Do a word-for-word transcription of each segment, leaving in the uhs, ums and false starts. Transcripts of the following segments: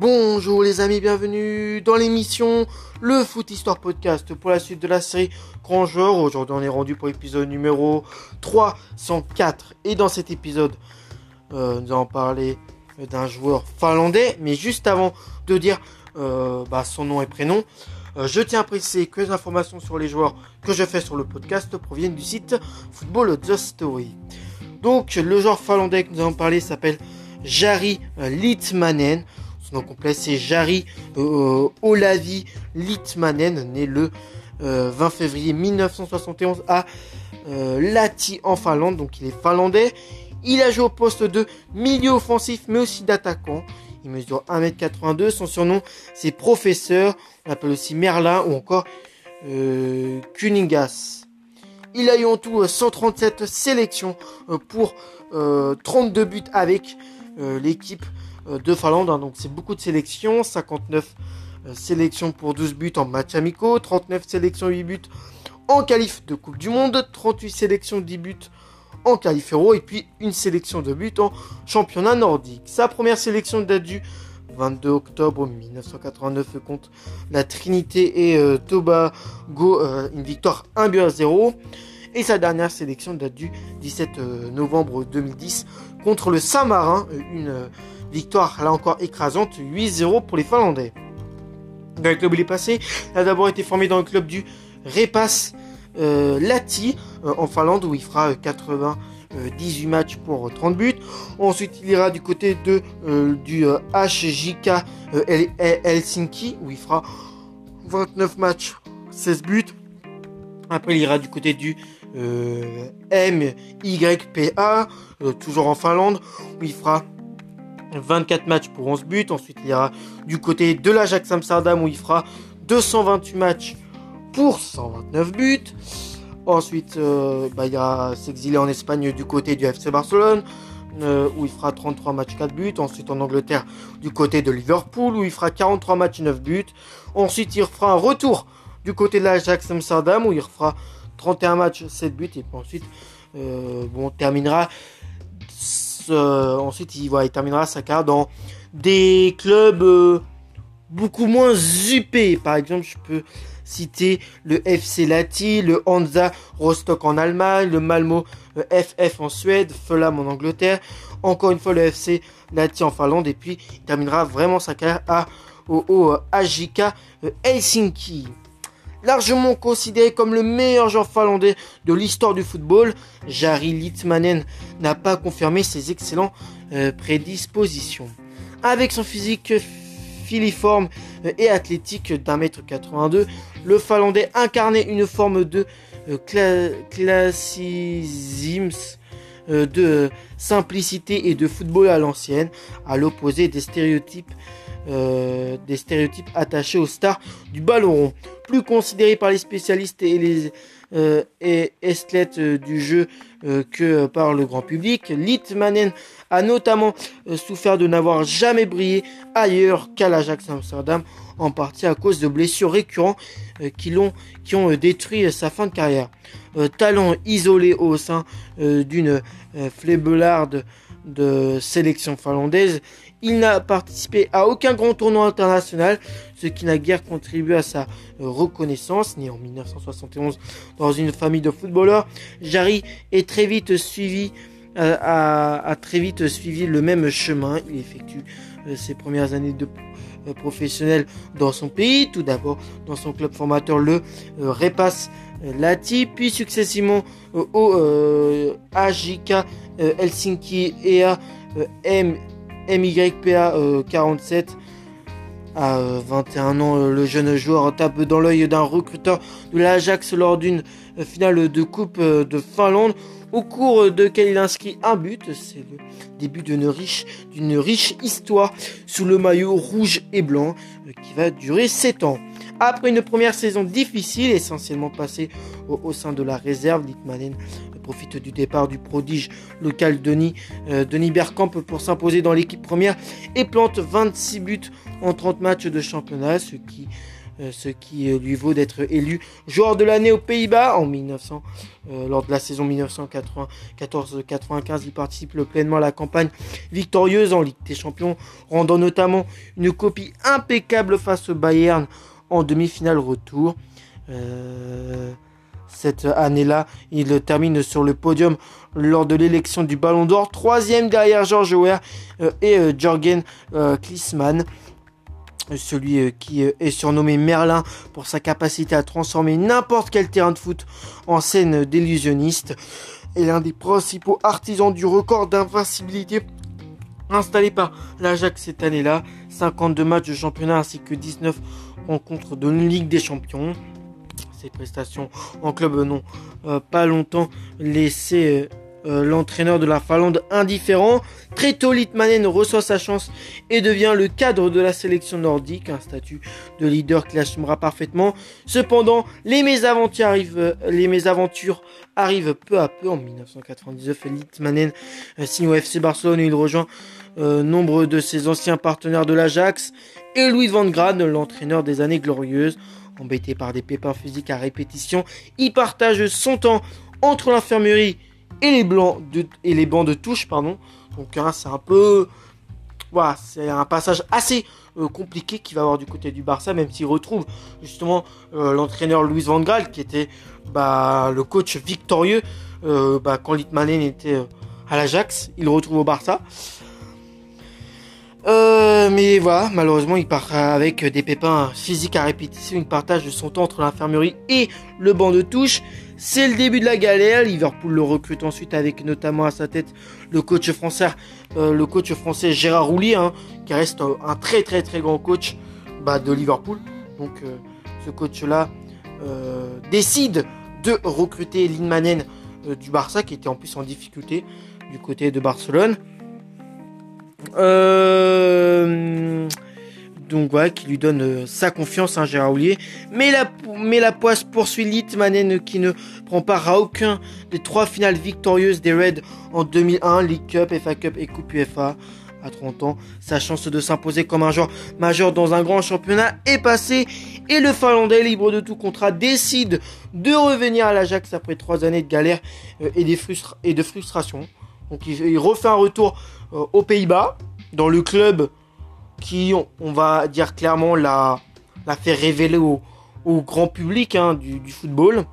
Bonjour les amis, bienvenue dans l'émission Le Foot Histoire Podcast pour la suite de la série Grand Joueur. Aujourd'hui on est rendu pour l'épisode numéro trois cent quatre et dans cet épisode euh, nous allons parler d'un joueur finlandais. Mais juste avant de dire euh, bah, son nom et prénom, euh, je tiens à préciser que les informations sur les joueurs que je fais sur le podcast proviennent du site Football The Story. Donc le joueur finlandais que nous allons parler s'appelle Jari Litmanen. Son nom complet c'est Jari euh, Olavi Litmanen, né le euh, vingt février mille neuf cent soixante et onze à euh, Lahti en Finlande. Donc il est finlandais. Il a joué au poste de milieu offensif mais aussi d'attaquant. Il mesure un mètre quatre-vingt-deux. Son surnom c'est Professeur. On l'appelle aussi Merlin ou encore euh, Kuningas. Il a eu en tout cent trente-sept sélections pour euh, trente-deux buts avec euh, l'équipe de Finlande. Donc c'est beaucoup de sélections. cinquante-neuf euh, sélections pour douze buts en matchs amicaux. trente-neuf sélections, huit buts en qualif de Coupe du Monde. trente-huit sélections, dix buts en qualif Euro. Et puis une sélection de buts en championnat nordique. Sa première sélection date du vingt-deux octobre mille neuf cent quatre-vingt-neuf contre la Trinité et euh, Tobago, euh, une victoire un but à zéro. Et sa dernière sélection date du dix-sept novembre deux mille dix contre le Saint-Marin, une euh, victoire là encore écrasante, huit zéro pour les Finlandais. Dans le club où il est passé, il a d'abord été formé dans le club du Repas euh, Lahti euh, en Finlande où il fera euh, quatre-vingt-dix-huit matchs pour trente buts. Ensuite, il ira du côté de, euh, du euh, H J K euh, Helsinki où il fera vingt-neuf matchs, seize buts. Après, il ira du côté du euh, M Y P A, euh, toujours en Finlande, où il fera vingt-quatre matchs pour onze buts. Ensuite, il ira du côté de l'Ajax Amsterdam, où il fera deux cent vingt-huit matchs pour cent vingt-neuf buts. Ensuite, euh, bah, il ira s'exiler en Espagne du côté du F C Barcelone, euh, où il fera trente-trois matchs, quatre buts. Ensuite, en Angleterre, du côté de Liverpool, où il fera quarante-trois matchs, neuf buts. Ensuite, il fera un retour du côté de l'Ajax Amsterdam, où il fera trente et un matchs, sept buts. Et puis ensuite, euh, bon, terminera... Euh, ensuite, il, voilà, il terminera sa carrière dans des clubs euh, beaucoup moins huppés. Par exemple, je peux citer le F C Lahti, le Hansa Rostock en Allemagne, le Malmö euh, F F en Suède, Fulham en Angleterre, encore une fois le F C Lahti en Finlande. Et puis, il terminera vraiment sa carrière à, au, au H J K euh, Helsinki. Largement considéré comme le meilleur joueur finlandais de l'histoire du football, Jari Litmanen n'a pas confirmé ses excellentes euh, prédispositions. Avec son physique filiforme euh, et athlétique d'un mètre quatre-vingt-deux, le Finlandais incarnait une forme de euh, cla- classicisme, euh, de euh, simplicité et de football à l'ancienne, à l'opposé des stéréotypes Euh, des stéréotypes attachés aux stars du ballon rond. Plus considéré par les spécialistes et les euh, et esthètes euh, du jeu euh, que euh, par le grand public, Litmanen a notamment euh, souffert de n'avoir jamais brillé ailleurs qu'à l'Ajax Amsterdam, en partie à cause de blessures récurrentes euh, qui, l'ont, qui ont euh, détruit euh, sa fin de carrière. Euh, talent isolé au sein euh, d'une euh, flébellarde de sélection finlandaise, il n'a participé à aucun grand tournoi international, ce qui n'a guère contribué à sa reconnaissance. Né en mille neuf cent soixante et onze dans une famille de footballeurs, Jari est très vite suivi, euh, a, a très vite suivi le même chemin. Il effectue euh, ses premières années de euh, professionnel dans son pays, tout d'abord dans son club formateur le euh, Repas euh, Lahti, puis successivement euh, au euh, H J K euh, Helsinki et à euh, M M Y P A euh, quarante-sept. À euh, vingt et un ans, euh, le jeune joueur tape dans l'œil d'un recruteur de l'Ajax lors d'une euh, finale de Coupe euh, de Finlande, au cours de laquelle il inscrit un but. C'est le début d'une riche, d'une riche histoire sous le maillot rouge et blanc euh, qui va durer sept ans. Après une première saison difficile, essentiellement passée au, au sein de la réserve, Litmanen profite du départ du prodige local Denis, euh, Denis Bergkamp pour s'imposer dans l'équipe première et plante vingt-six buts en trente matchs de championnat, ce qui euh, ce qui euh, lui vaut d'être élu joueur de l'année aux Pays-Bas en mille neuf cents. Euh, lors de la saison mille neuf cent quatre-vingt-quatorze quatre-vingt-quinze, il participe pleinement à la campagne victorieuse en Ligue des Champions, rendant notamment une copie impeccable face au Bayern en demi-finale retour. Euh, cette année-là, il termine sur le podium lors de l'élection du Ballon d'Or, troisième derrière George Weah euh, et euh, Jürgen euh, Klinsmann, celui euh, qui euh, est surnommé Merlin pour sa capacité à transformer n'importe quel terrain de foot en scène d'illusionniste, est l'un des principaux artisans du record d'invincibilité installé par l'Ajax cette année-là, cinquante-deux matchs de championnat ainsi que dix-neuf rencontres de Ligue des Champions. Ses prestations en club n'ont euh, pas longtemps laissé euh, euh, l'entraîneur de la Finlande indifférent. Très tôt, Litmanen reçoit sa chance et devient le cadre de la sélection nordique, un statut de leader qu'il assumera parfaitement. Cependant, les mésaventures arrivent, euh, les mésaventures arrivent peu à peu. En dix-neuf cent quatre-vingt-dix-neuf, Litmanen euh, signe au F C Barcelone et il rejoint euh, nombre de ses anciens partenaires de l'Ajax et Louis van Gaal, l'entraîneur des années glorieuses. Embêté par des pépins physiques à répétition, il partage son temps entre l'infirmerie et les, blancs de, et les bancs de touche. Pardon. Donc hein, c'est un peu... Voilà, c'est un passage assez euh, compliqué qu'il va avoir du côté du Barça, même s'il retrouve justement euh, l'entraîneur Louis van Gaal, qui était bah, le coach victorieux euh, bah, quand Litmanen était euh, à l'Ajax. Il le retrouve au Barça. Euh, mais voilà, malheureusement, il part avec des pépins physiques à répétition. Il partage son temps entre l'infirmerie et le banc de touche. C'est le début de la galère. Liverpool le recrute ensuite avec notamment à sa tête le coach français, euh, le coach français Gérard Houllier, hein, qui reste un très très très grand coach bah, de Liverpool. Donc, euh, ce coach-là euh, décide de recruter Litmanen euh, du Barça, qui était en plus en difficulté du côté de Barcelone. Euh, donc voilà, qui lui donne euh, sa confiance, hein, Gérard Houllier. Mais la, mais la poisse poursuit Litmanen, qui ne prend part à aucun des trois finales victorieuses des Reds en deux mille un, League Cup, F A Cup et Coupe UEFA. À trente ans, sa chance de s'imposer comme un joueur majeur dans un grand championnat est passée et le Finlandais, libre de tout contrat, décide de revenir à l'Ajax après trois années de galère euh, et, des frustra- et de frustration. Donc il, il refait un retour euh, aux Pays-Bas, dans le club qui, on, on va dire clairement, l'a, l'a fait révéler au, au grand public hein, du, du football.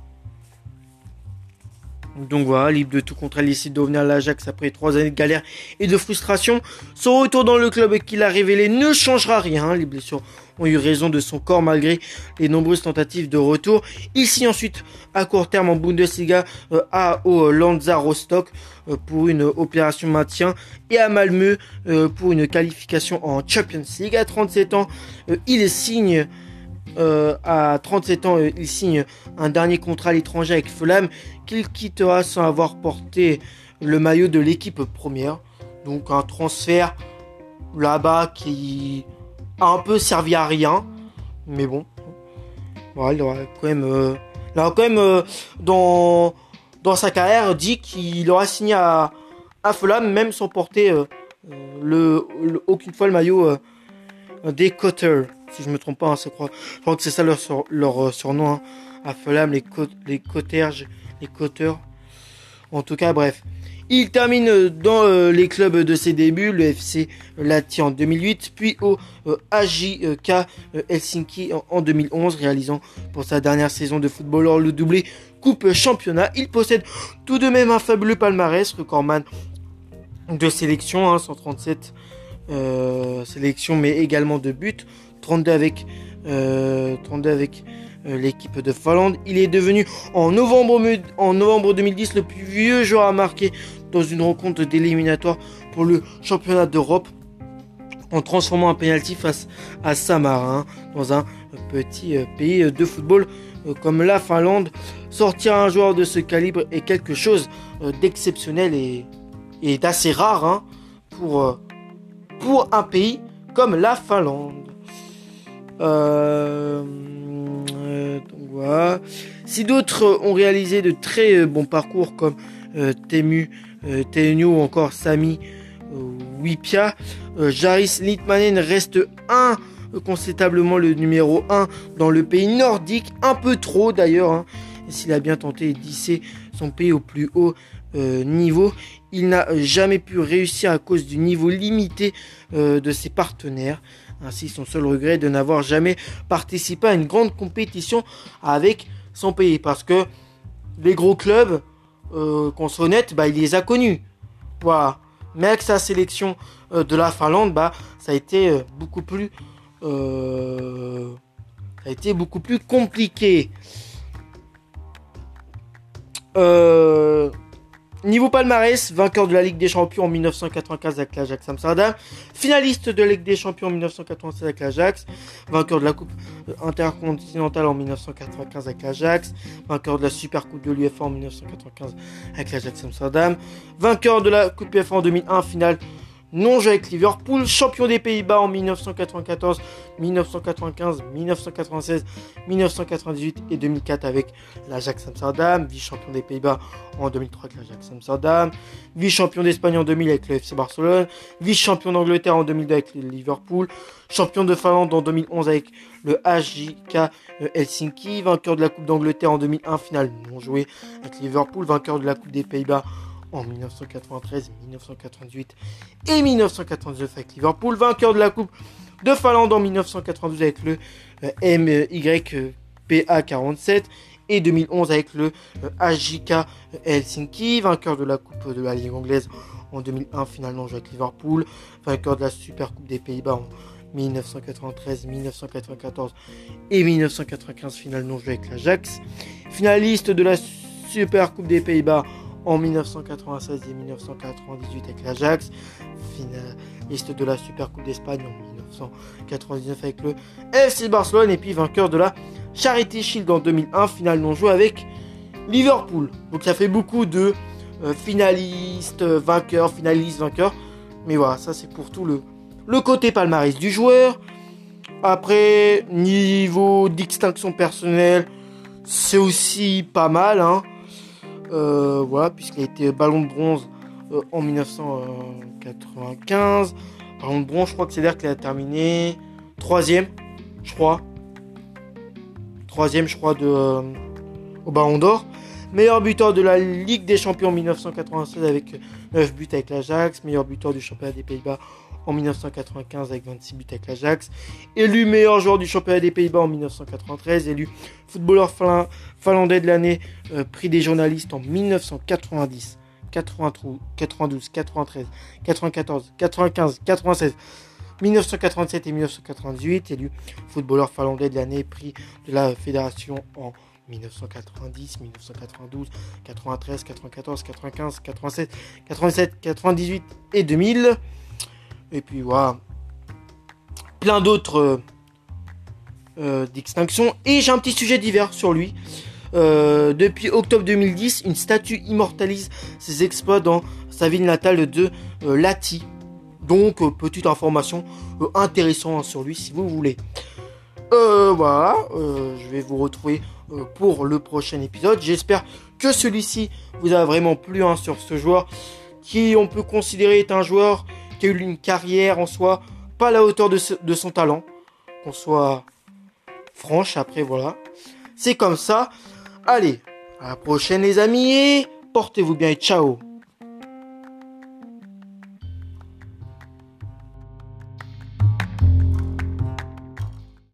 Donc voilà, libre de tout contrat, il décide de revenir à l'Ajax après trois années de galère et de frustration. Son retour dans le club qu'il a révélé ne changera rien. Les blessures ont eu raison de son corps malgré les nombreuses tentatives de retour. Il signe ensuite à court terme en Bundesliga euh, à au Lanza Rostock euh, pour une opération maintien et à Malmö euh, pour une qualification en Champions League. À trente-sept ans, euh, il signe euh, à trente-sept ans, euh, il signe un dernier contrat à l'étranger avec Fulham qu'il quittera sans avoir porté le maillot de l'équipe première. Donc un transfert là-bas qui a un peu servi à rien, mais bon, voilà, il aura quand même, euh, il aura quand même euh, dans dans sa carrière dit qu'il aura signé à à Fulham même sans porter euh, le, le aucune fois le maillot euh, des Cotters, si je me trompe pas, hein, je crois, je crois que c'est ça leur sur, leur euh, surnom hein, à Fulham, les co- les Cotters, les Cotters. En tout cas, bref. Il termine dans euh, les clubs de ses débuts, le F C Lahti en deux mille huit, puis au euh, A J K euh, Helsinki en, en deux mille onze, réalisant pour sa dernière saison de footballeur le doublé Coupe Championnat. Il possède tout de même un fabuleux palmarès, recordman de sélection, hein, cent trente-sept euh, sélections, mais également de buts, trente-deux avec, euh, trente-deux avec euh, l'équipe de Finlande. Il est devenu en novembre, en novembre deux mille dix le plus vieux joueur à marquer dans une rencontre d'éliminatoire pour le championnat d'Europe, en transformant un penalty face à Saint-Marin dans un petit euh, pays de football euh, comme la Finlande. Sortir un joueur de ce calibre est quelque chose euh, d'exceptionnel et, et d'assez rare hein, pour, euh, pour un pays comme la Finlande. Euh, euh, donc voilà. Si d'autres ont réalisé de très euh, bons parcours comme euh, Temu, euh, Teemu ou encore Sami euh, Wipia, euh, Jaris Litmanen reste un euh, constatablement le numéro un dans le pays nordique, un peu trop d'ailleurs, hein. Et s'il a bien tenté d'hisser son pays au plus haut euh, niveau, il n'a jamais pu réussir à cause du niveau limité euh, de ses partenaires. Ainsi, son seul regret est de n'avoir jamais participé à une grande compétition avec son pays. Parce que les gros clubs, euh, qu'on soit honnête, bah, il les a connus. Voilà. Mais avec sa sélection euh, de la Finlande, bah, ça a été euh, beaucoup plus, euh, ça a été beaucoup plus compliqué. Euh, niveau palmarès, vainqueur de la Ligue des Champions en mille neuf cent quatre-vingt-quinze avec l'Ajax Amsterdam, finaliste de la Ligue des Champions en mille neuf cent quatre-vingt-seize avec l'Ajax, vainqueur de la Coupe intercontinentale en mille neuf cent quatre-vingt-quinze avec l'Ajax, vainqueur de la Super Coupe de l'U E F A en mille neuf cent quatre-vingt-quinze avec l'Ajax Amsterdam, vainqueur de la Coupe U E F A en deux mille un, finale non joué avec Liverpool, champion des Pays-Bas en mille neuf cent quatre-vingt-quatorze, mille neuf cent quatre-vingt-quinze, mille neuf cent quatre-vingt-seize, mille neuf cent quatre-vingt-dix-huit et deux mille quatre avec l'Ajax Amsterdam, vice-champion des Pays-Bas en deux mille trois avec l'Ajax Amsterdam, vice-champion d'Espagne en deux mille avec le F C Barcelone, vice-champion d'Angleterre en deux mille deux avec le Liverpool, champion de Finlande en deux mille onze avec le H J K Helsinki, vainqueur de la Coupe d'Angleterre en deux mille un, finale non jouée avec Liverpool, vainqueur de la Coupe des Pays-Bas en mille neuf cent quatre-vingt-treize, mille neuf cent quatre-vingt-dix-huit et mille neuf cent quatre-vingt-dix-neuf avec Liverpool, vainqueur de la Coupe de Finlande en mille neuf cent quatre-vingt-douze avec le euh, M Y P A quarante-sept et deux mille onze avec le euh, H J K Helsinki, vainqueur de la Coupe de la Ligue anglaise en deux mille un, finalement joué avec Liverpool, vainqueur de la Super Coupe des Pays-Bas en mille neuf cent quatre-vingt-treize, mille neuf cent quatre-vingt-quatorze et mille neuf cent quatre-vingt-quinze, finale non jouée avec l'Ajax, finaliste de la Super Coupe des Pays-Bas en mille neuf cent quatre-vingt-seize et mille neuf cent quatre-vingt-dix-huit avec l'Ajax, finaliste de la Super Coupe d'Espagne en mille neuf cent quatre-vingt-dix-neuf avec le F C Barcelone, et puis vainqueur de la Charity Shield en deux mille un, finale non jouée avec Liverpool. Donc ça fait beaucoup de euh, finalistes, vainqueurs, finalistes, vainqueurs. Mais voilà, ça c'est pour tout le, le côté palmarès du joueur. Après, niveau d'extinction personnelle, c'est aussi pas mal, hein. Euh, voilà, puisqu'il a été ballon de bronze euh, en mille neuf cent quatre-vingt-quinze. Ballon de bronze, je crois que c'est là qu'il a terminé troisième, je crois. Troisième, je crois, de, euh, au Ballon d'Or. Meilleur buteur de la Ligue des Champions en mille neuf cent quatre-vingt-seize avec neuf buts avec l'Ajax. Meilleur buteur du championnat des Pays-Bas en mille neuf cent quatre-vingt-quinze avec vingt-six buts avec l'Ajax. Élu meilleur joueur du championnat des Pays-Bas en mille neuf cent quatre-vingt-treize. Élu footballeur finlandais de l'année, euh, prix des journalistes en mille neuf cent quatre-vingt-dix, quatre-vingt-douze, quatre-vingt-treize, quatre-vingt-quatorze, quatre-vingt-quinze, quatre-vingt-seize, mille neuf cent quatre-vingt-sept et mille neuf cent quatre-vingt-dix-huit. Élu footballeur finlandais de l'année, prix de la fédération en mille neuf cent quatre-vingt-dix, mille neuf cent quatre-vingt-douze, quatre-vingt-treize, quatre-vingt-quatorze, quatre-vingt-quinze, quatre-vingt-sept, quatre-vingt-sept, quatre-vingt-dix-huit et deux mille. Et puis voilà, plein d'autres euh, euh, d'extinction. Et j'ai un petit sujet divers sur lui. Euh, depuis octobre deux mille dix, une statue immortalise ses exploits dans sa ville natale de euh, Lahti. Donc, euh, petite information euh, intéressante sur lui si vous voulez. Euh, voilà, euh, je vais vous retrouver euh, pour le prochain épisode. J'espère que celui-ci vous a vraiment plu, hein, sur ce joueur qui, on peut considérer, est un joueur qui a eu une carrière en soi pas à la hauteur de, ce, de son talent. Qu'on soit franche, après voilà. C'est comme ça. Allez, à la prochaine les amis et portez-vous bien et ciao.